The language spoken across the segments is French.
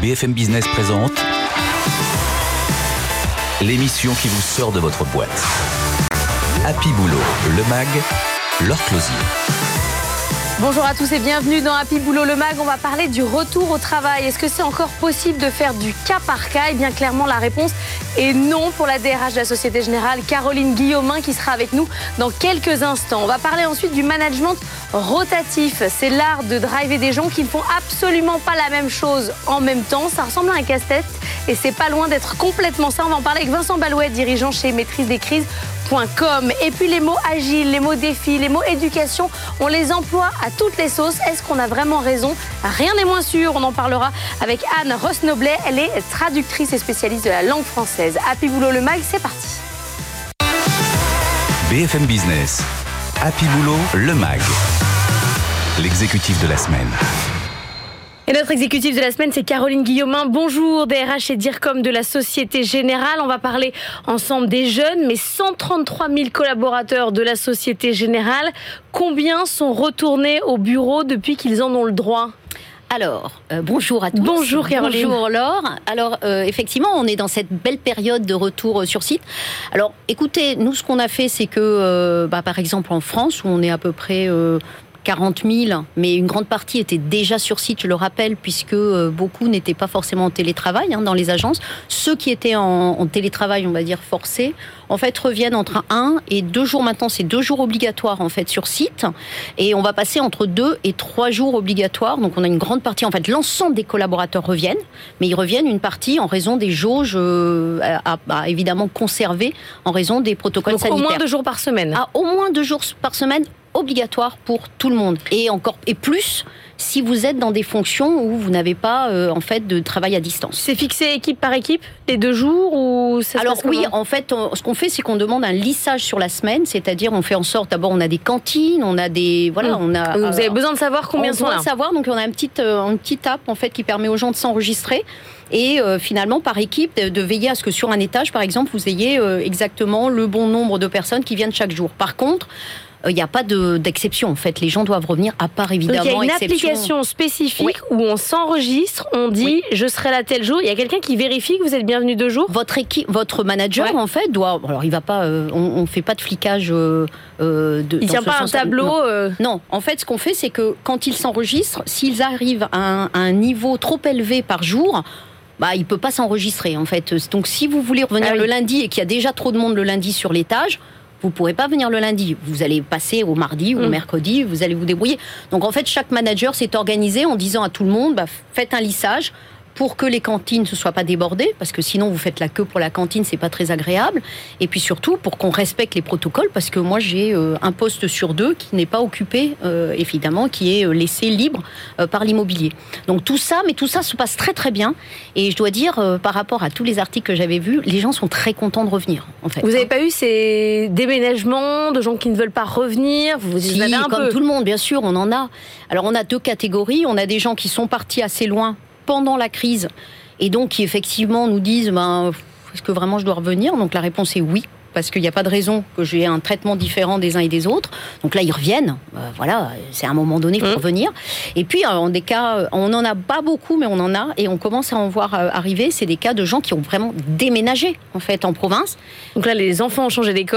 BFM Business présente l'émission qui vous sort de votre boîte. Happy Boulot, le MAG, Laure Closier. Bonjour à tous et bienvenue dans Happy Boulot le MAG. On va parler du retour au travail. Est-ce que c'est encore possible de faire du cas par cas ? Eh bien clairement la réponse est non pour la DRH de la Société Générale, Caroline Guillaumin, qui sera avec nous dans quelques instants. On va parler ensuite du management rotatif. C'est l'art de driver des gens qui ne font absolument pas la même chose en même temps. Ça ressemble à un casse-tête et c'est pas loin d'être complètement ça. On va en parler avec Vincent Balouet, dirigeant chez Maîtrise des crises.com. Et puis les mots agiles, les mots défis, les mots éducation, on les emploie à toutes les sauces. Est-ce qu'on a vraiment raison ? Rien n'est moins sûr. On en parlera avec Anne Ross-Noblet. Elle est traductrice et spécialiste de la langue française. Happy Boulot le MAG, c'est parti. BFM Business, Happy Boulot le MAG, l'exécutif de la semaine. Et notre exécutif de la semaine, c'est Caroline Guillaumin. Bonjour, DRH chez DIRCOM de la Société Générale. On va parler ensemble des jeunes, mais 133 000 collaborateurs de la Société Générale. Combien sont retournés au bureau depuis qu'ils en ont le droit ? Alors, bonjour à tous. Bonjour Caroline. Bonjour Laure. Alors, effectivement, on est dans cette belle période de retour sur site. Alors, écoutez, nous, ce qu'on a fait, c'est que, par exemple, en France, où on est à peu près 40 000, mais une grande partie était déjà sur site, je le rappelle, puisque beaucoup n'étaient pas forcément en télétravail dans les agences. Ceux qui étaient en télétravail, on va dire forcé, en fait, reviennent entre 1 et 2 jours. Maintenant, c'est 2 jours obligatoires, en fait, sur site. Et on va passer entre 2 et 3 jours obligatoires. Donc, on a une grande partie, en fait, l'ensemble des collaborateurs reviennent, mais ils reviennent une partie en raison des jauges à évidemment conserver en raison des protocoles sanitaires. Au moins 2 jours par semaine. Au moins 2 jours par semaine, obligatoire pour tout le monde. Et plus si vous êtes dans des fonctions où vous n'avez pas en fait de travail à distance. C'est fixé équipe par équipe, les 2 jours ou ça se passe comment ? Oui, en fait, ce qu'on fait, c'est qu'on demande un lissage sur la semaine, c'est-à-dire on fait en sorte, d'abord on a des cantines, on a des on a. Vous avez besoin de savoir combien sont là. On doit savoir, donc on a une petite app en fait qui permet aux gens de s'enregistrer. Et finalement, par équipe, de veiller à ce que sur un étage, par exemple, vous ayez exactement le bon nombre de personnes qui viennent chaque jour. Par contre, il n'y a pas d'exception. En fait, les gens doivent revenir, à part évidemment exception. Donc il y a une exception. application spécifique où on s'enregistre, on dit je serai là tel jour. Il y a quelqu'un qui vérifie que vous êtes bienvenu 2 jours. Votre manager en fait doit. Alors il va pas. On fait pas de flicage. Il tient pas un tableau. Non. En fait, ce qu'on fait, c'est que quand ils s'enregistrent, s'ils arrivent à un niveau trop élevé par jour. Il peut pas s'enregistrer en fait. Donc si vous voulez revenir le lundi et qu'il y a déjà trop de monde le lundi sur l'étage, vous pourrez pas venir le lundi. Vous allez passer au mardi ou au mercredi, vous allez vous débrouiller. Donc en fait, chaque manager s'est organisé en disant à tout le monde, faites un lissage pour que les cantines ne soient pas débordées, parce que sinon vous faites la queue pour la cantine, c'est pas très agréable. Et puis surtout pour qu'on respecte les protocoles, parce que moi j'ai un poste sur 2 qui n'est pas occupé, évidemment, qui est laissé libre par l'immobilier. Donc tout ça se passe très très bien. Et je dois dire, par rapport à tous les articles que j'avais vus, les gens sont très contents de revenir. En fait. Vous n'avez pas eu ces déménagements de gens qui ne veulent pas revenir ? Si, comme tout le monde, bien sûr, on en a. Alors on a 2 catégories. On a des gens qui sont partis assez loin pendant la crise, et donc qui effectivement nous disent est-ce que vraiment je dois revenir ? Donc la réponse est oui, parce qu'il n'y a pas de raison que j'ai un traitement différent des uns et des autres. Donc là, ils reviennent. C'est à un moment donné qu'il faut revenir. Et puis, en des cas, on n'en a pas beaucoup, mais on en a, et on commence à en voir arriver. C'est des cas de gens qui ont vraiment déménagé, en fait, en province. Donc là, les enfants ont changé d'école.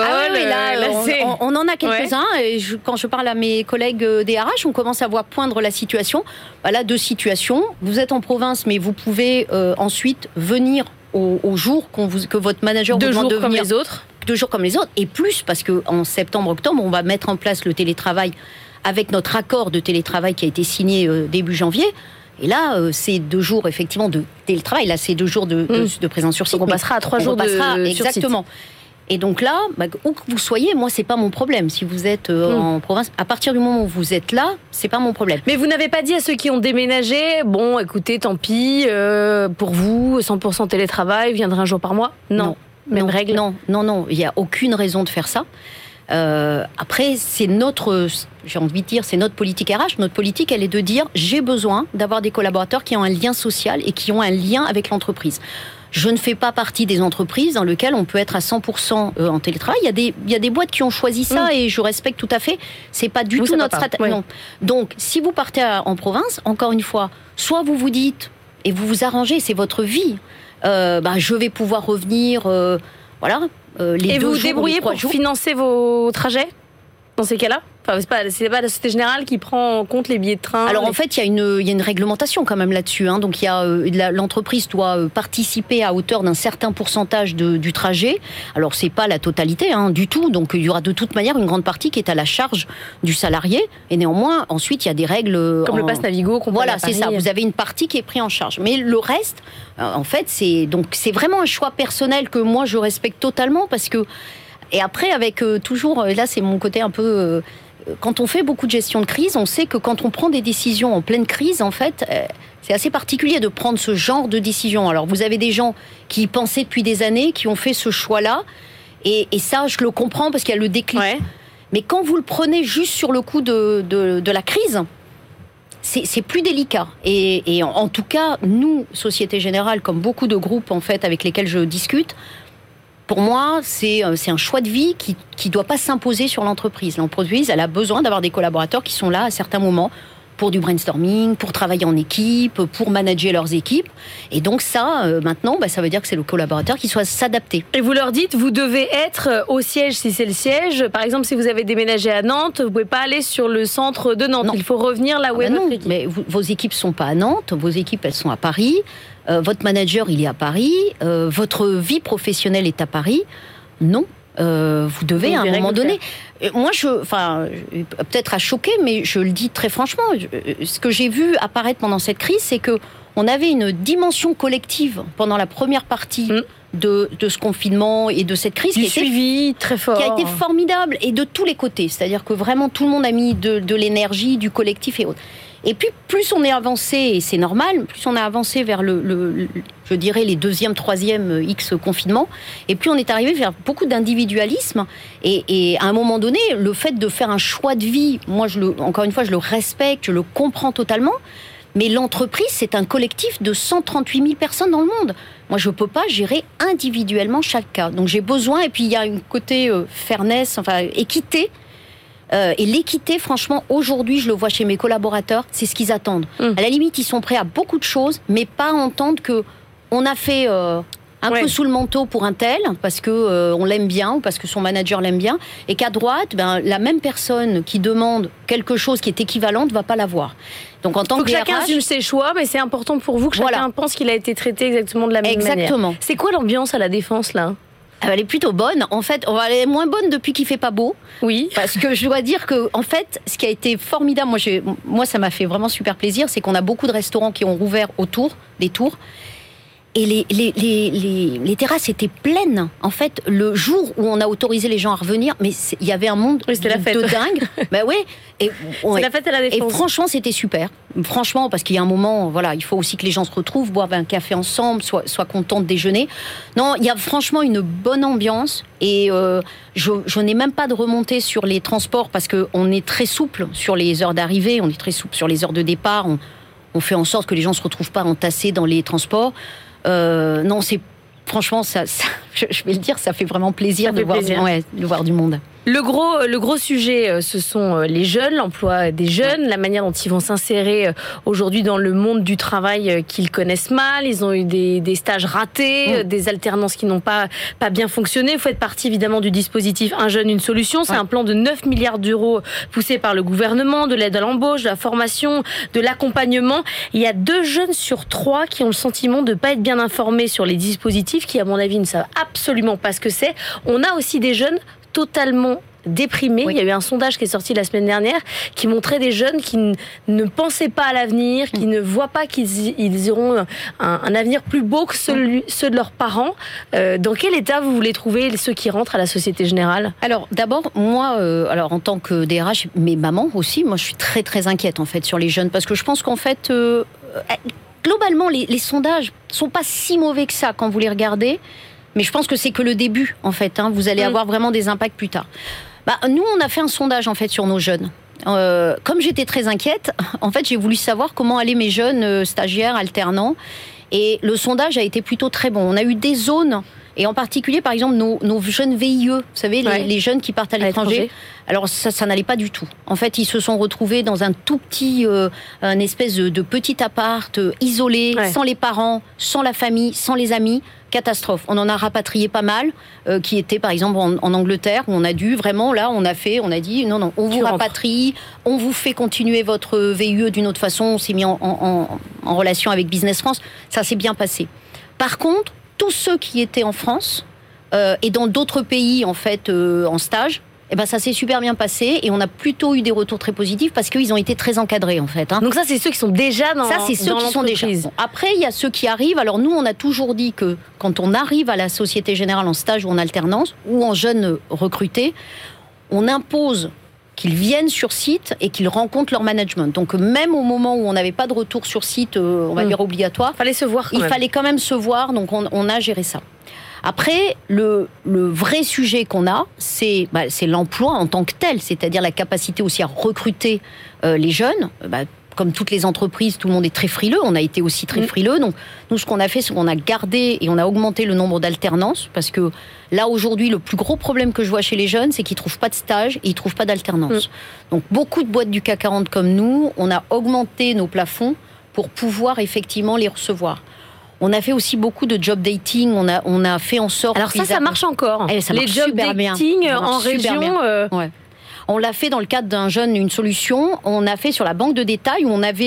On en a quelques-uns. Et quand je parle à mes collègues DRH, on commence à voir poindre la situation. Là, 2 situations. Vous êtes en province, mais vous pouvez ensuite venir au jour que votre manager vous demande de venir. 2 jours comme les autres. 2 jours comme les autres, et plus, parce qu'en septembre-octobre, on va mettre en place le télétravail avec notre accord de télétravail qui a été signé début janvier. Et là, c'est 2 jours, effectivement, de télétravail. Là, c'est 2 jours de présence sur site. Donc on passera à 3 jours exactement. Sur site. Et donc là, où que vous soyez, moi, c'est pas mon problème. Si vous êtes en province, à partir du moment où vous êtes là, c'est pas mon problème. Mais vous n'avez pas dit à ceux qui ont déménagé, bon, écoutez, tant pis, pour vous, 100% télétravail, viendra un jour par mois ? Non. Même règle ? Non, il n'y a aucune raison de faire ça. Après, c'est notre politique RH. Notre politique, elle est de dire, j'ai besoin d'avoir des collaborateurs qui ont un lien social et qui ont un lien avec l'entreprise. Je ne fais pas partie des entreprises dans lesquelles on peut être à 100% en télétravail. Il y a des boîtes qui ont choisi ça et je respecte tout à fait. C'est pas du tout notre stratégie. Non. Donc, si vous partez en province, encore une fois, soit vous vous dites, et vous vous arrangez, c'est votre vie. Je vais pouvoir revenir, les et 2 jours, vous vous débrouillez pour financer vos trajets dans ces cas-là? Enfin, c'est pas la Société Générale qui prend en compte les billets de train. Alors en fait, il y a une réglementation quand même là-dessus. Donc l'entreprise doit participer à hauteur d'un certain pourcentage du trajet. Alors c'est pas la totalité du tout. Donc il y aura de toute manière une grande partie qui est à la charge du salarié. Et néanmoins, ensuite il y a des règles. Comme le pass Navigo. Voilà, c'est ça. Vous avez une partie qui est prise en charge. Mais le reste, en fait, c'est vraiment un choix personnel que moi je respecte totalement parce que. Et après, avec toujours, là c'est mon côté un peu. Quand on fait beaucoup de gestion de crise, on sait que quand on prend des décisions en pleine crise, en fait, c'est assez particulier de prendre ce genre de décision. Alors, vous avez des gens qui y pensaient depuis des années, qui ont fait ce choix-là, et ça, je le comprends parce qu'il y a le déclic. Ouais. Mais quand vous le prenez juste sur le coup de la crise, c'est plus délicat. Et en tout cas, nous, Société Générale, comme beaucoup de groupes en fait avec lesquels je discute, pour moi, c'est un choix de vie qui doit pas s'imposer sur l'entreprise. L'entreprise, elle a besoin d'avoir des collaborateurs qui sont là à certains moments pour du brainstorming, pour travailler en équipe, pour manager leurs équipes. Et donc ça, maintenant, ça veut dire que c'est le collaborateur qui doit s'adapter. Et vous leur dites, vous devez être au siège si c'est le siège. Par exemple, si vous avez déménagé à Nantes, vous pouvez pas aller sur le centre de Nantes. Non. Il faut revenir là où est votre équipe. Mais vos équipes sont pas à Nantes, vos équipes, elles sont à Paris. Votre manager, il est à Paris. Votre vie professionnelle est à Paris. Non. Vous devez à un moment donné. Moi, peut-être à choquer, mais je le dis très franchement. Ce que j'ai vu apparaître pendant cette crise, c'est que on avait une dimension collective pendant la première partie de ce confinement et de cette crise qui suivi très fort, qui a été formidable et de tous les côtés. C'est-à-dire que vraiment tout le monde a mis de l'énergie, du collectif et autres. Et puis, plus on est avancé, et c'est normal, plus on a avancé vers je dirais, les 2e, 3e X confinements, et puis on est arrivé vers beaucoup d'individualisme. Et à un moment donné, le fait de faire un choix de vie, moi, encore une fois, je le respecte, je le comprends totalement, mais l'entreprise, c'est un collectif de 138 000 personnes dans le monde. Moi, je ne peux pas gérer individuellement chaque cas. Donc, j'ai besoin, et puis il y a un côté fairness, équité. Et l'équité, franchement, aujourd'hui, je le vois chez mes collaborateurs, c'est ce qu'ils attendent. À la limite, ils sont prêts à beaucoup de choses, mais pas entendre que on a fait un peu sous le manteau pour un tel, parce que on l'aime bien, ou parce que son manager l'aime bien, et qu'à droite, la même personne qui demande quelque chose qui est équivalent ne va pas l'avoir. Donc, en tant que chacun assume ses choix, mais c'est important pour vous que chacun pense qu'il a été traité exactement de la même manière. Exactement. C'est quoi l'ambiance à la Défense, là ? Elle est plutôt bonne. En fait, elle est moins bonne depuis qu'il fait pas beau. Oui. Parce que je dois dire que, en fait, ce qui a été formidable, moi, ça m'a fait vraiment super plaisir, c'est qu'on a beaucoup de restaurants qui ont rouvert autour des tours. Et les terrasses étaient pleines. En fait, le jour où on a autorisé les gens à revenir, mais il y avait un monde de dingue. C'est la fête à la Défense. Et franchement, c'était super. Franchement, parce qu'il y a un moment, il faut aussi que les gens se retrouvent, boivent un café ensemble, soient contents de déjeuner. Non, il y a franchement une bonne ambiance. Et je n'ai même pas de remontée sur les transports parce qu'on est très souple sur les heures d'arrivée, on est très souple sur les heures de départ. On fait en sorte que les gens ne se retrouvent pas entassés dans les transports. Non, c'est franchement, ça, je vais le dire, ça fait vraiment plaisir de voir du monde. Le gros sujet, ce sont les jeunes, l'emploi des jeunes, la manière dont ils vont s'insérer aujourd'hui dans le monde du travail qu'ils connaissent mal. Ils ont eu des stages ratés, des alternances qui n'ont pas bien fonctionné. Vous faites partie évidemment du dispositif Un jeune, une solution. C'est un plan de 9 milliards d'euros poussé par le gouvernement, de l'aide à l'embauche, de la formation, de l'accompagnement. Il y a 2 jeunes sur 3 qui ont le sentiment de ne pas être bien informés sur les dispositifs, qui à mon avis ne savent absolument pas ce que c'est. On a aussi des jeunes totalement déprimés. Il y a eu un sondage qui est sorti la semaine dernière qui montrait des jeunes qui ne pensaient pas à l'avenir, qui ne voient pas qu'ils auront un avenir plus beau que ceux de leurs parents. Dans quel état vous voulez trouver ceux qui rentrent à la Société Générale ? Alors d'abord, moi, en tant que DRH, mais maman aussi, moi je suis très très inquiète en fait sur les jeunes parce que je pense qu'en fait, globalement, les sondages sont pas si mauvais que ça quand vous les regardez. Mais je pense que c'est que le début, en fait. Vous allez avoir vraiment des impacts plus tard. Nous, on a fait un sondage, en fait, sur nos jeunes. Comme j'étais très inquiète, en fait, j'ai voulu savoir comment allaient mes jeunes stagiaires, alternants. Et le sondage a été plutôt très bon. On a eu des zones Et en particulier, par exemple, nos jeunes VIE, vous savez, les jeunes qui partent à l'étranger. Alors ça n'allait pas du tout. En fait, ils se sont retrouvés dans un tout petit, un espèce de petit appart isolé, sans les parents, sans la famille, sans les amis. Catastrophe. On en a rapatrié pas mal, qui étaient par exemple en Angleterre, où on a dû vraiment, là, on a dit non, on vous rapatrie, on vous fait continuer votre VIE d'une autre façon. On s'est mis en relation avec Business France. Ça s'est bien passé. Par contre, tous ceux qui étaient en France et dans d'autres pays en fait en stage, ça s'est super bien passé et on a plutôt eu des retours très positifs parce qu'ils ont été très encadrés en fait. Donc ça, c'est ceux qui sont déjà dans l'entreprise. Ça, c'est ceux qui sont déjà. Bon, après, il y a ceux qui arrivent. Alors nous, on a toujours dit que quand on arrive à la Société Générale en stage ou en alternance ou en jeune recruté, on impose qu'ils viennent sur site et qu'ils rencontrent leur management. Donc même au moment où on n'avait pas de retour sur site, on va dire obligatoire, fallait se voir il fallait quand même se voir, donc on a géré ça. Après, le vrai sujet qu'on a, c'est l'emploi en tant que tel, c'est-à-dire la capacité aussi à recruter les jeunes. Comme toutes les entreprises, tout le monde est très frileux. On a été aussi très frileux. Donc, nous, ce qu'on a fait, c'est qu'on a gardé et on a augmenté le nombre d'alternances. Parce que là, aujourd'hui, le plus gros problème que je vois chez les jeunes, c'est qu'ils ne trouvent pas de stage et ils ne trouvent pas d'alternance. Donc, beaucoup de boîtes du CAC 40 comme nous, on a augmenté nos plafonds pour pouvoir effectivement les recevoir. On a fait aussi beaucoup de job dating. On a fait en sorte... Alors ça marche encore. Ça marche les job dating en région... Ouais. On l'a fait dans le cadre d'un jeune, une solution. On a fait sur la banque de détail où on l'a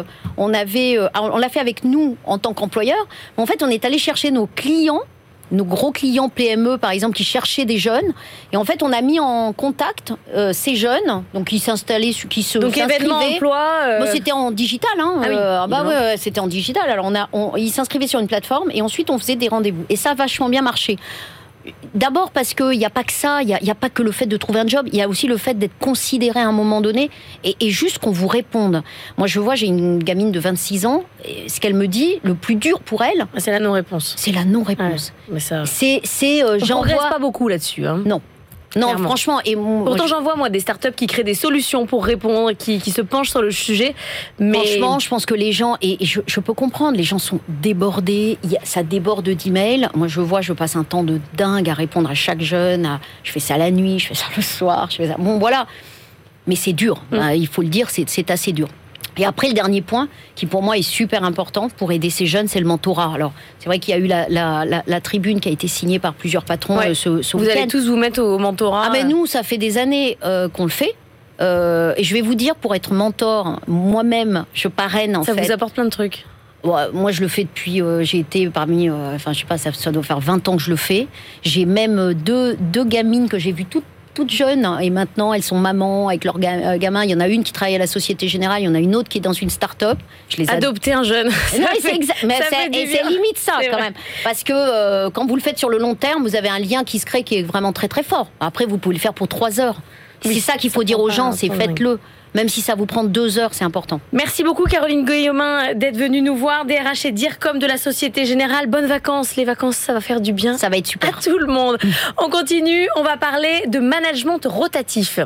fait avec nous en tant qu'employeur. En fait, on est allé chercher nos clients, nos gros clients PME, par exemple, qui cherchaient des jeunes. Et en fait, on a mis en contact ces jeunes, donc qui s'installaient, qui se donc événement emploi. C'était en digital, hein. C'était en digital. Alors ils s'inscrivaient sur une plateforme et ensuite on faisait des rendez-vous. Et ça a vachement bien marché. D'abord parce qu'il n'y a pas que ça, il n'y a pas que le fait de trouver un job, il y a aussi le fait d'être considéré à un moment donné et juste qu'on vous réponde. Moi, j'ai une gamine de 26 ans, et ce qu'elle me dit, le plus dur pour elle... C'est la non-réponse. C'est la non-réponse. Ouais, mais ça... j'en progresse pas beaucoup là-dessus. Hein. Non, franchement. Pourtant, j'en vois, moi, des startups qui créent des solutions pour répondre, qui se penchent sur le sujet. Mais... Franchement, je pense que les gens, et je peux comprendre, les gens sont débordés, ça déborde d'emails. Moi, je passe un temps de dingue à répondre à chaque jeune. Je fais ça la nuit, je fais ça le soir, je fais ça. Bon, voilà. Mais c'est dur, il faut le dire, c'est assez dur. Et après, le dernier point, qui pour moi est super important pour aider ces jeunes, c'est le mentorat. Alors, c'est vrai qu'il y a eu la tribune qui a été signée par plusieurs patrons ce week-end. Vous allez tous vous mettre au mentorat. Nous, ça fait des années qu'on le fait. Et je vais vous dire, pour être mentor, moi-même, je parraine Ça vous apporte plein de trucs. Moi, je le fais depuis... j'ai été parmi... je sais pas, ça doit faire 20 ans que je le fais. J'ai même deux gamines que j'ai vues toutes jeunes, et maintenant elles sont mamans avec leurs gamins. Il y en a une qui travaille à la Société Générale, il y en a une autre qui est dans une start-up. Adopter un jeune. Non, c'est limite ça quand même. Parce que quand vous le faites sur le long terme, vous avez un lien qui se crée qui est vraiment très très fort. Après, vous pouvez le faire pour 3 heures. C'est ça qu'il faut dire aux gens, c'est faites-le. Même si ça vous prend 2 heures, c'est important. Merci beaucoup Caroline Guillaumin d'être venue nous voir, DRH et DIRCOM de la Société Générale. Bonnes vacances. Les vacances, ça va faire du bien. Ça va être super. À tout le monde. On continue, on va parler de management rotatif.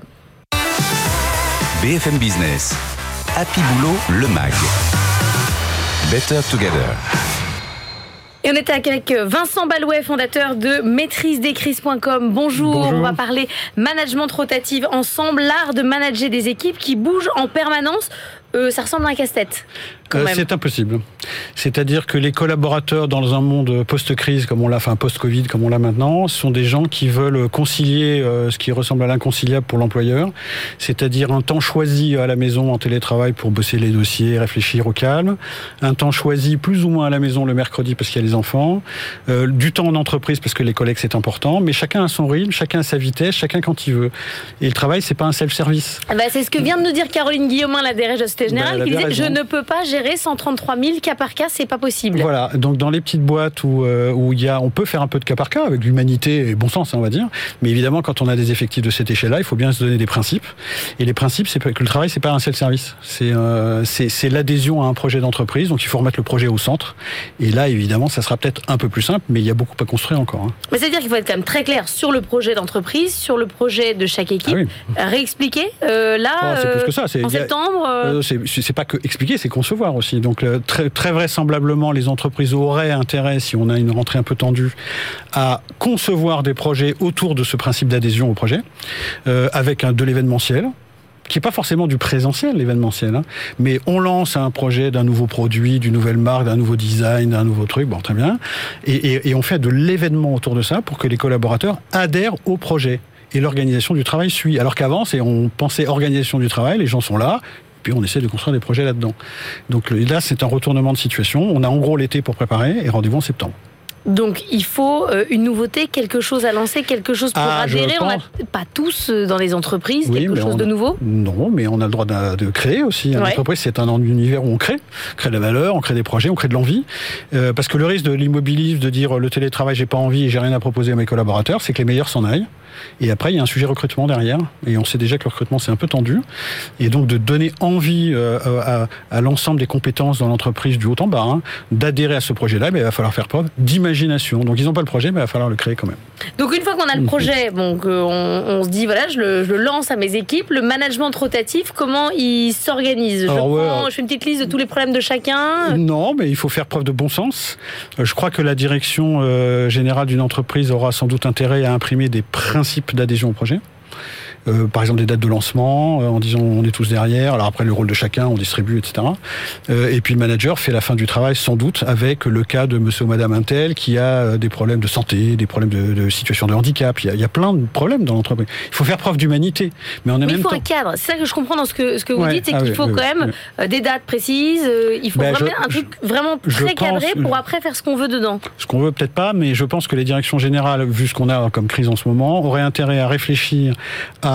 BFM Business, Happy Boulot, le MAG. Better Together. Et on était avec Vincent Balouet, fondateur de maîtrisedescrises.com. Bonjour, on va parler management rotatif ensemble, l'art de manager des équipes qui bougent en permanence. Ça ressemble à un casse-tête. C'est impossible. C'est-à-dire que les collaborateurs dans un monde post-crise, comme on l'a, post-Covid, comme on l'a maintenant, sont des gens qui veulent concilier ce qui ressemble à l'inconciliable pour l'employeur, c'est-à-dire un temps choisi à la maison en télétravail pour bosser les dossiers, réfléchir au calme, un temps choisi plus ou moins à la maison le mercredi parce qu'il y a les enfants, du temps en entreprise parce que les collègues c'est important, mais chacun a son rythme, chacun a sa vitesse, chacun quand il veut. Et le travail, c'est pas un self-service. C'est ce que vient de nous dire Caroline Guillaumin, la DRH de Société Générale, qui disait je ne peux pas gérer 133 000 cas par cas, c'est pas possible. Voilà, donc dans les petites boîtes où on peut faire un peu de cas par cas avec l'humanité et bon sens, on va dire, mais évidemment quand on a des effectifs de cette échelle-là, il faut bien se donner des principes. Et les principes, c'est que le travail, c'est pas un self-service, c'est l'adhésion à un projet d'entreprise, donc il faut remettre le projet au centre. Et là, évidemment, ça sera peut-être un peu plus simple, mais il y a beaucoup à construire encore. Mais c'est-à-dire qu'il faut être quand même très clair sur le projet d'entreprise, sur le projet de chaque équipe, réexpliquer. C'est plus que ça. En septembre. C'est pas que expliquer, c'est concevoir. savoir aussi. Donc très vraisemblablement, les entreprises auraient intérêt, si on a une rentrée un peu tendue, à concevoir des projets autour de ce principe d'adhésion au projet, avec de l'événementiel, qui n'est pas forcément du présentiel, l'événementiel, mais on lance un projet d'un nouveau produit, d'une nouvelle marque, d'un nouveau design, d'un nouveau truc, très bien, et on fait de l'événement autour de ça pour que les collaborateurs adhèrent au projet. Et l'organisation du travail suit. Alors qu'avant, on pensait organisation du travail, les gens sont là, puis on essaie de construire des projets là-dedans. Donc là, c'est un retournement de situation. On a en gros l'été pour préparer, et rendez-vous en septembre. Donc il faut une nouveauté, quelque chose à lancer, quelque chose pour adhérer. On n'a pas tous dans les entreprises quelque chose de nouveau. Non, mais on a le droit de créer aussi. Une entreprise, c'est un univers où on crée de la valeur, on crée des projets, on crée de l'envie. Parce que le risque de l'immobilisme, de dire le télétravail, j'ai pas envie et j'ai rien à proposer à mes collaborateurs, c'est que les meilleurs s'en aillent. Et après, il y a un sujet recrutement derrière. Et on sait déjà que le recrutement, c'est un peu tendu. Et donc, de donner envie à l'ensemble des compétences dans l'entreprise du haut en bas, d'adhérer à ce projet-là, il va falloir faire preuve d'imagination. Donc, ils n'ont pas le projet, mais il va falloir le créer quand même. Donc, une fois qu'on a le projet, on se dit, voilà, je le lance à mes équipes. Le management rotatif, comment il s'organise ? Je fais une petite liste de tous les problèmes de chacun. Non, mais il faut faire preuve de bon sens. Je crois que la direction générale d'une entreprise aura sans doute intérêt à imprimer des principes d'adhésion au projet. Par exemple des dates de lancement, en disant on est tous derrière, alors après le rôle de chacun, on distribue, etc. Et puis le manager fait la fin du travail sans doute avec le cas de monsieur ou madame Untel qui a des problèmes de santé, des problèmes de situation de handicap, il y a plein de problèmes dans l'entreprise. Il faut faire preuve d'humanité. Mais il faut un cadre, c'est ça que je comprends dans ce que vous dites, c'est qu'il faut quand même des dates précises, il faut vraiment un truc vraiment très cadré pour après faire ce qu'on veut dedans. Ce qu'on veut peut-être pas, mais je pense que les directions générales, vu ce qu'on a comme crise en ce moment, auraient intérêt à réfléchir à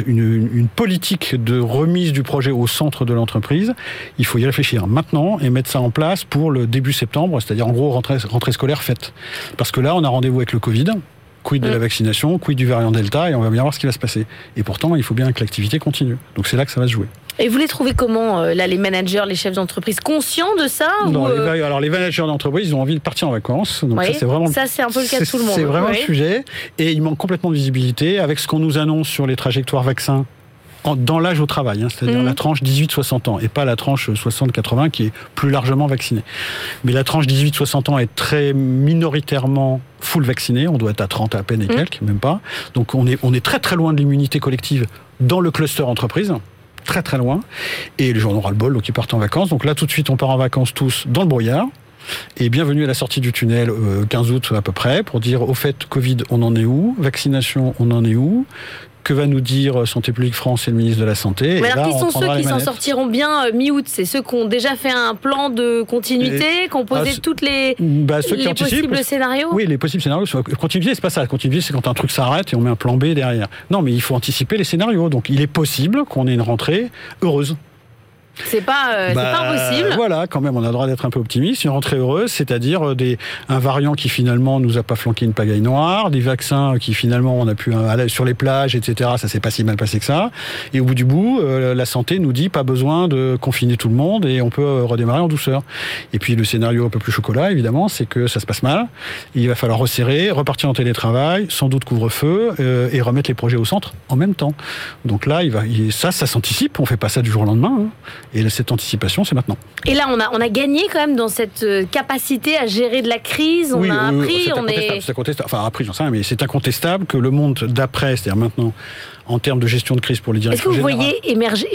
une politique de remise du projet au centre de l'entreprise. Il faut y réfléchir maintenant et mettre ça en place pour le début septembre, c'est-à-dire en gros rentrée scolaire faite. Parce que là, on a rendez-vous avec le Covid, quid de la vaccination, quid du variant Delta, et on va bien voir ce qui va se passer. Et pourtant, il faut bien que l'activité continue. Donc c'est là que ça va se jouer. Et vous les trouvez comment, là, les managers, les chefs d'entreprise, conscients de ça Non, alors les managers d'entreprise, ils ont envie de partir en vacances. Donc ça, c'est un peu le cas de tout le monde. C'est vraiment le sujet. Et il manque complètement de visibilité avec ce qu'on nous annonce sur les trajectoires vaccins dans l'âge au travail, c'est-à-dire la tranche 18-60 ans, et pas la tranche 60-80 qui est plus largement vaccinée. Mais la tranche 18-60 ans est très minoritairement full vaccinée, on doit être à 30 à peine et quelques, même pas. Donc on est très très loin de l'immunité collective dans le cluster entreprise. Très très loin, et les gens auront le bol, donc ils partent en vacances. Donc là tout de suite on part en vacances tous dans le brouillard, et bienvenue à la sortie du tunnel 15 août à peu près, pour dire au fait Covid on en est où, vaccination on en est où, que va nous dire Santé publique France et le ministre de la Santé. Mais alors, qui sont ceux qui s'en sortiront bien mi-août ? C'est ceux qui ont déjà fait un plan de continuité, qui ont posé toutes les possibles scénarios ? Oui, les possibles scénarios. Continuité, c'est pas ça. Continuité, c'est quand un truc s'arrête et on met un plan B derrière. Non, mais il faut anticiper les scénarios. Donc, il est possible qu'on ait une rentrée heureuse. C'est pas impossible. Voilà, quand même, on a le droit d'être un peu optimiste. Une rentrée heureuse, c'est-à-dire un variant qui finalement nous a pas flanqué une pagaille noire, des vaccins qui finalement on a pu aller sur les plages, etc. Ça s'est pas si mal passé que ça. Et au bout du bout, la santé nous dit pas besoin de confiner tout le monde et on peut redémarrer en douceur. Et puis le scénario un peu plus chocolat, évidemment, c'est que ça se passe mal. Il va falloir resserrer, repartir en télétravail, sans doute couvre-feu et remettre les projets au centre en même temps. Donc là, ça s'anticipe. On fait pas ça du jour au lendemain. Et cette anticipation, c'est maintenant. Et là, on a gagné quand même dans cette capacité à gérer de la crise. On a appris, c'est incontestable. Enfin, appris, j'en sais rien, mais c'est incontestable que le monde d'après, c'est-à-dire maintenant, en termes de gestion de crise pour les directions générales. Est-ce que vous voyez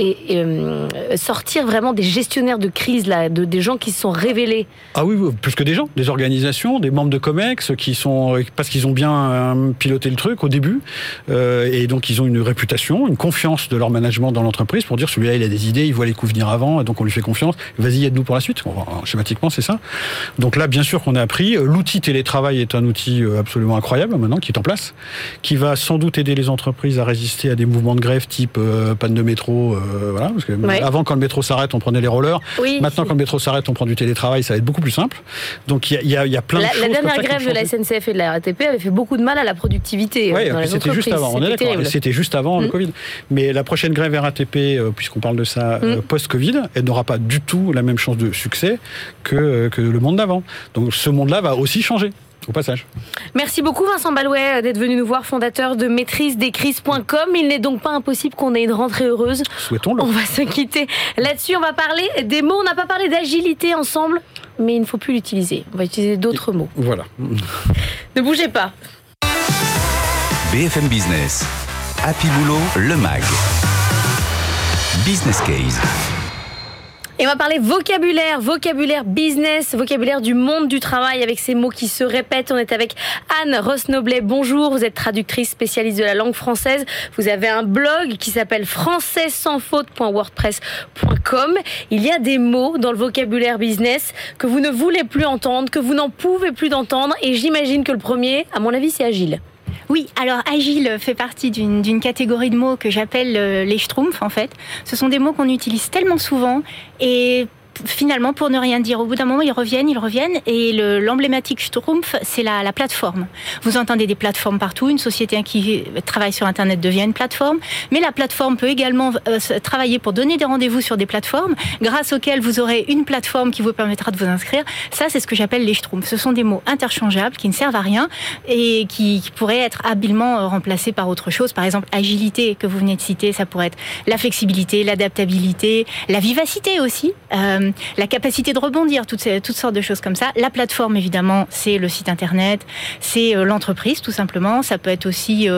émerger sortir vraiment des gestionnaires de crise, là, des gens qui se sont révélés ? Ah oui, plus que des gens, des organisations, des membres de COMEX parce qu'ils ont bien piloté le truc au début, et donc ils ont une réputation, une confiance de leur management dans l'entreprise pour dire celui-là il a des idées, il voit les coups venir avant, et donc on lui fait confiance. Vas-y, aide-nous pour la suite. Schématiquement, c'est ça. Donc là, bien sûr qu'on a appris. L'outil télétravail est un outil absolument incroyable maintenant qui est en place, qui va sans doute aider les entreprises à résister à des mouvements de grève type panne de métro, voilà, parce que avant quand le métro s'arrête on prenait les rollers, maintenant quand le métro s'arrête on prend du télétravail, ça va être beaucoup plus simple. Donc il y a plein de choses. La dernière grève de la SNCF et de la RATP avait fait beaucoup de mal à la productivité. Oui, c'était juste avant, on est d'accord, c'était juste avant le Covid. Mais la prochaine grève RATP, puisqu'on parle de ça post-Covid, elle n'aura pas du tout la même chance de succès que le monde d'avant. Donc ce monde-là va aussi changer. au passage. Merci beaucoup Vincent Balouet d'être venu nous voir, fondateur de maîtrisedescrises.com. Il n'est donc pas impossible qu'on ait une rentrée heureuse. Souhaitons-le. On va se quitter là-dessus. On va parler des mots. On n'a pas parlé d'agilité ensemble, mais il ne faut plus l'utiliser. On va utiliser d'autres mots. Voilà. Ne bougez pas. BFM Business. Happy Boulot, le MAG. Business Case. Et on va parler vocabulaire business, vocabulaire du monde du travail avec ces mots qui se répètent. On est avec Anne Ross-Noblet. Bonjour, vous êtes traductrice spécialiste de la langue française. Vous avez un blog qui s'appelle françaissansfaute.wordpress.com. Il y a des mots dans le vocabulaire business que vous ne voulez plus entendre, que vous n'en pouvez plus d'entendre. Et j'imagine que le premier, à mon avis, c'est agile. Oui, alors agile fait partie d'une catégorie de mots que j'appelle les schtroumpfs en fait. Ce sont des mots qu'on utilise tellement souvent et finalement, pour ne rien dire, au bout d'un moment, ils reviennent, et l'emblématique Schtroumpf, c'est la plateforme. Vous entendez des plateformes partout, une société qui travaille sur Internet devient une plateforme, mais la plateforme peut également travailler pour donner des rendez-vous sur des plateformes, grâce auxquelles vous aurez une plateforme qui vous permettra de vous inscrire. Ça, c'est ce que j'appelle les Schtroumpfs. Ce sont des mots interchangeables qui ne servent à rien et qui pourraient être habilement remplacés par autre chose. Par exemple, agilité, que vous venez de citer, ça pourrait être la flexibilité, l'adaptabilité, la vivacité aussi, la capacité de rebondir, toutes sortes de choses comme ça. La plateforme, évidemment, c'est le site internet, c'est l'entreprise, tout simplement. Ça peut être aussi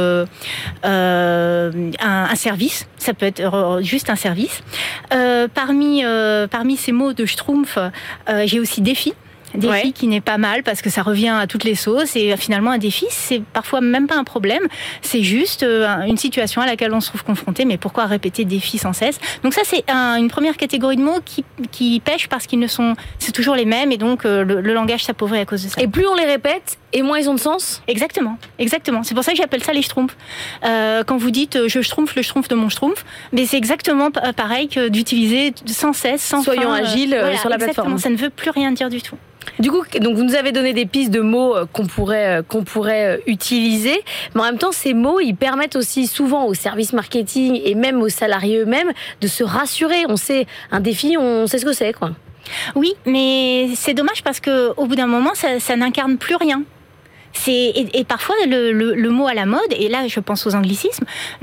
un service, ça peut être juste un service. Parmi ces mots de Schtroumpf, j'ai aussi défi. Défi qui n'est pas mal parce que ça revient à toutes les sauces et finalement un défi c'est parfois même pas un problème, c'est juste une situation à laquelle on se trouve confronté, mais pourquoi répéter défi sans cesse? Donc ça c'est une première catégorie de mots qui pêchent parce c'est toujours les mêmes et donc le langage s'appauvrit à cause de ça. Et plus on les répète et moins ils ont de sens? Exactement. C'est pour ça que j'appelle ça les schtroumpfs. Quand vous dites je schtroumpf le schtroumpf de mon schtroumpf, mais c'est exactement pareil que d'utiliser sans cesse, sans fin. Soyons agiles sur la plateforme. Ça ne veut plus rien dire du tout. Du coup, donc vous nous avez donné des pistes de mots qu'on pourrait utiliser, mais en même temps, ces mots, ils permettent aussi souvent aux services marketing et même aux salariés eux-mêmes de se rassurer. On sait un défi, on sait ce que c'est, quoi. Oui, mais c'est dommage parce que au bout d'un moment, ça n'incarne plus rien. Et parfois le mot à la mode, et là je pense aux anglicismes,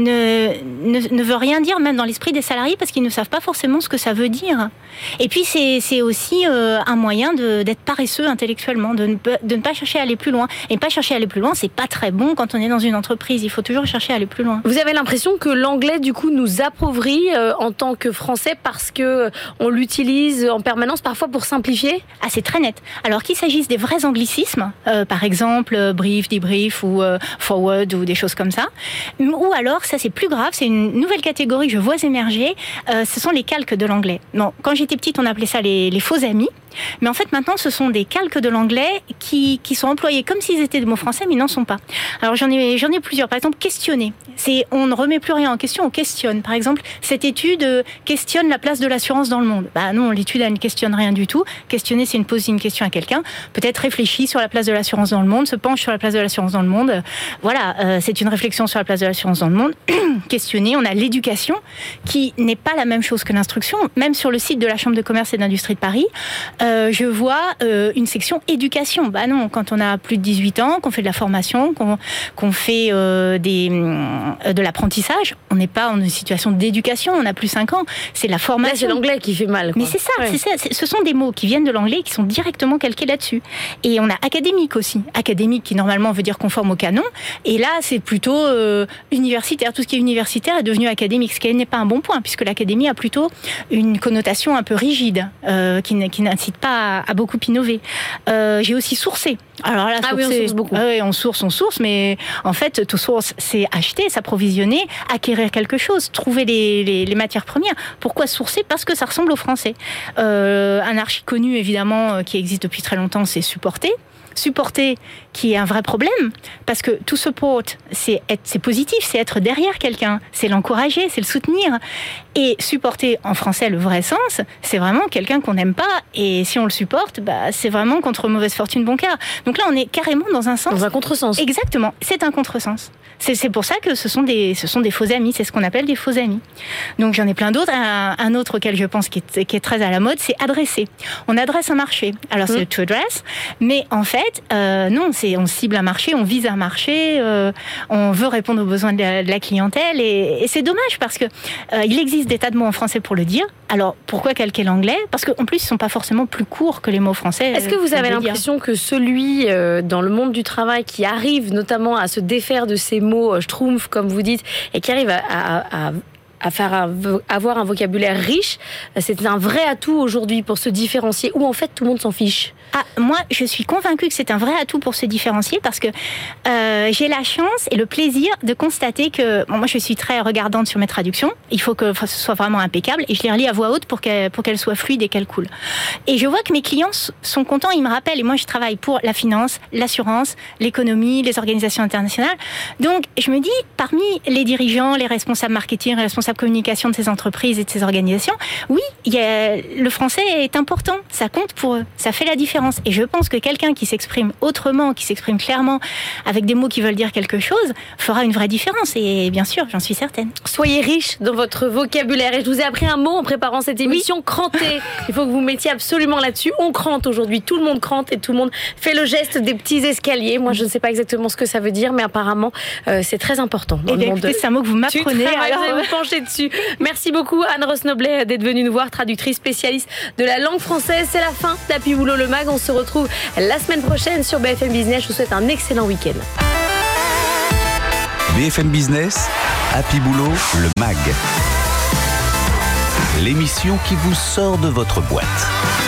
ne veut rien dire même dans l'esprit des salariés parce qu'ils ne savent pas forcément ce que ça veut dire. Et puis c'est aussi un moyen d'être paresseux intellectuellement, de ne pas chercher à aller plus loin. Et pas chercher à aller plus loin, c'est pas très bon quand on est dans une entreprise. Il faut toujours chercher à aller plus loin. Vous avez l'impression que l'anglais du coup nous appauvrit en tant que français parce que on l'utilise en permanence parfois pour simplifier? Ah, c'est très net. Alors qu'il s'agisse des vrais anglicismes, par exemple brief, debrief ou forward ou des choses comme ça. Ou alors, ça c'est plus grave, c'est une nouvelle catégorie que je vois émerger, ce sont les calques de l'anglais. Bon, quand j'étais petite, on appelait ça les faux amis. Mais en fait, maintenant, ce sont des calques de l'anglais qui sont employés comme s'ils étaient des mots français, mais n'en sont pas. Alors, j'en ai plusieurs. Par exemple, questionner. On ne remet plus rien en question, on questionne. Par exemple, cette étude questionne la place de l'assurance dans le monde. Bah non, l'étude, elle ne questionne rien du tout. Questionner, c'est poser une question à quelqu'un. Peut-être réfléchit sur la place de l'assurance dans le monde, se penche sur la place de l'assurance dans le monde. Voilà, c'est une réflexion sur la place de l'assurance dans le monde. Questionner. On a l'éducation, qui n'est pas la même chose que l'instruction. Même sur le site de la Chambre de commerce et d'industrie de Paris, je vois une section éducation. Bah non, quand on a plus de 18 ans, qu'on fait de la formation, qu'on fait de l'apprentissage, on n'est pas en une situation d'éducation, on a plus 5 ans. C'est la formation. Là, c'est l'anglais qui fait mal, quoi. Mais c'est ça, ouais. Ce sont des mots qui viennent de l'anglais et qui sont directement calqués là-dessus. Et on a académique aussi. Académique qui normalement veut dire conforme au canon. Et là, c'est plutôt universitaire. Tout ce qui est universitaire est devenu académique, ce qui n'est pas un bon point, puisque l'académie a plutôt une connotation un peu rigide, qui n'incite pas à beaucoup innover. J'ai aussi sourcé. Alors là, oui, on source beaucoup. Oui, on source, mais en fait, to source, c'est acheter, s'approvisionner, acquérir quelque chose, trouver les matières premières. Pourquoi sourcer? Parce que ça ressemble au français. Un archi connu, évidemment, qui existe depuis très longtemps, c'est supporter. Supporter, qui est un vrai problème, parce que to support, c'est positif, c'est être derrière quelqu'un, c'est l'encourager, c'est le soutenir. Et supporter, en français, le vrai sens, c'est vraiment quelqu'un qu'on n'aime pas, et si on le supporte, bah, c'est vraiment contre mauvaise fortune bon quart. Donc là, on est carrément dans un sens... Dans un contresens. Exactement, c'est un contresens. C'est pour ça que ce sont des faux amis, c'est ce qu'on appelle des faux amis. Donc j'en ai plein d'autres. Un autre auquel je pense qui est très à la mode, c'est adresser. On adresse un marché. Alors c'est le to address, mais en fait, fait, non, on cible un marché, on vise un marché, on veut répondre aux besoins de la clientèle, et c'est dommage parce que il existe des tas de mots en français pour le dire. Alors pourquoi calquer l'anglais? Parce qu'en plus, ils ne sont pas forcément plus courts que les mots français. Est-ce que vous avez l'impression que celui dans le monde du travail qui arrive notamment à se défaire de ces mots schtroumpfs, comme vous dites, et qui arrive à avoir un vocabulaire riche, c'est un vrai atout aujourd'hui pour se différencier, ou en fait tout le monde s'en fiche? Moi, je suis convaincue que c'est un vrai atout pour se différencier parce que j'ai la chance et le plaisir de constater que moi, je suis très regardante sur mes traductions. Il faut que ce soit vraiment impeccable et je les relis à voix haute pour qu'elles soient fluides et qu'elles coulent. Et je vois que mes clients sont contents, ils me rappellent. Et moi, je travaille pour la finance, l'assurance, l'économie, les organisations internationales. Donc, je me dis, parmi les dirigeants, les responsables marketing, les responsables communication de ces entreprises et de ces organisations, oui, le français est important. Ça compte pour eux. Ça fait la différence. Et je pense que quelqu'un qui s'exprime autrement, qui s'exprime clairement, avec des mots qui veulent dire quelque chose, fera une vraie différence. Et bien sûr, j'en suis certaine. Soyez riche dans votre vocabulaire. Et je vous ai appris un mot en préparant cette émission, cranter. Il faut que vous mettiez absolument là-dessus. On crante aujourd'hui. Tout le monde crante et tout le monde fait le geste des petits escaliers. Moi, je ne sais pas exactement ce que ça veut dire, mais apparemment, c'est très important. C'est un mot que vous m'apprenez. Alors, vous allez vous pencher dessus. Merci beaucoup, Anne-Rose Noblet, d'être venue nous voir, traductrice spécialiste de la langue française. C'est la fin d'Happy Boulot le Mag. On se retrouve la semaine prochaine sur BFM Business. Je vous souhaite un excellent week-end. BFM Business, Happy Boulot le Mag. L'émission qui vous sort de votre boîte.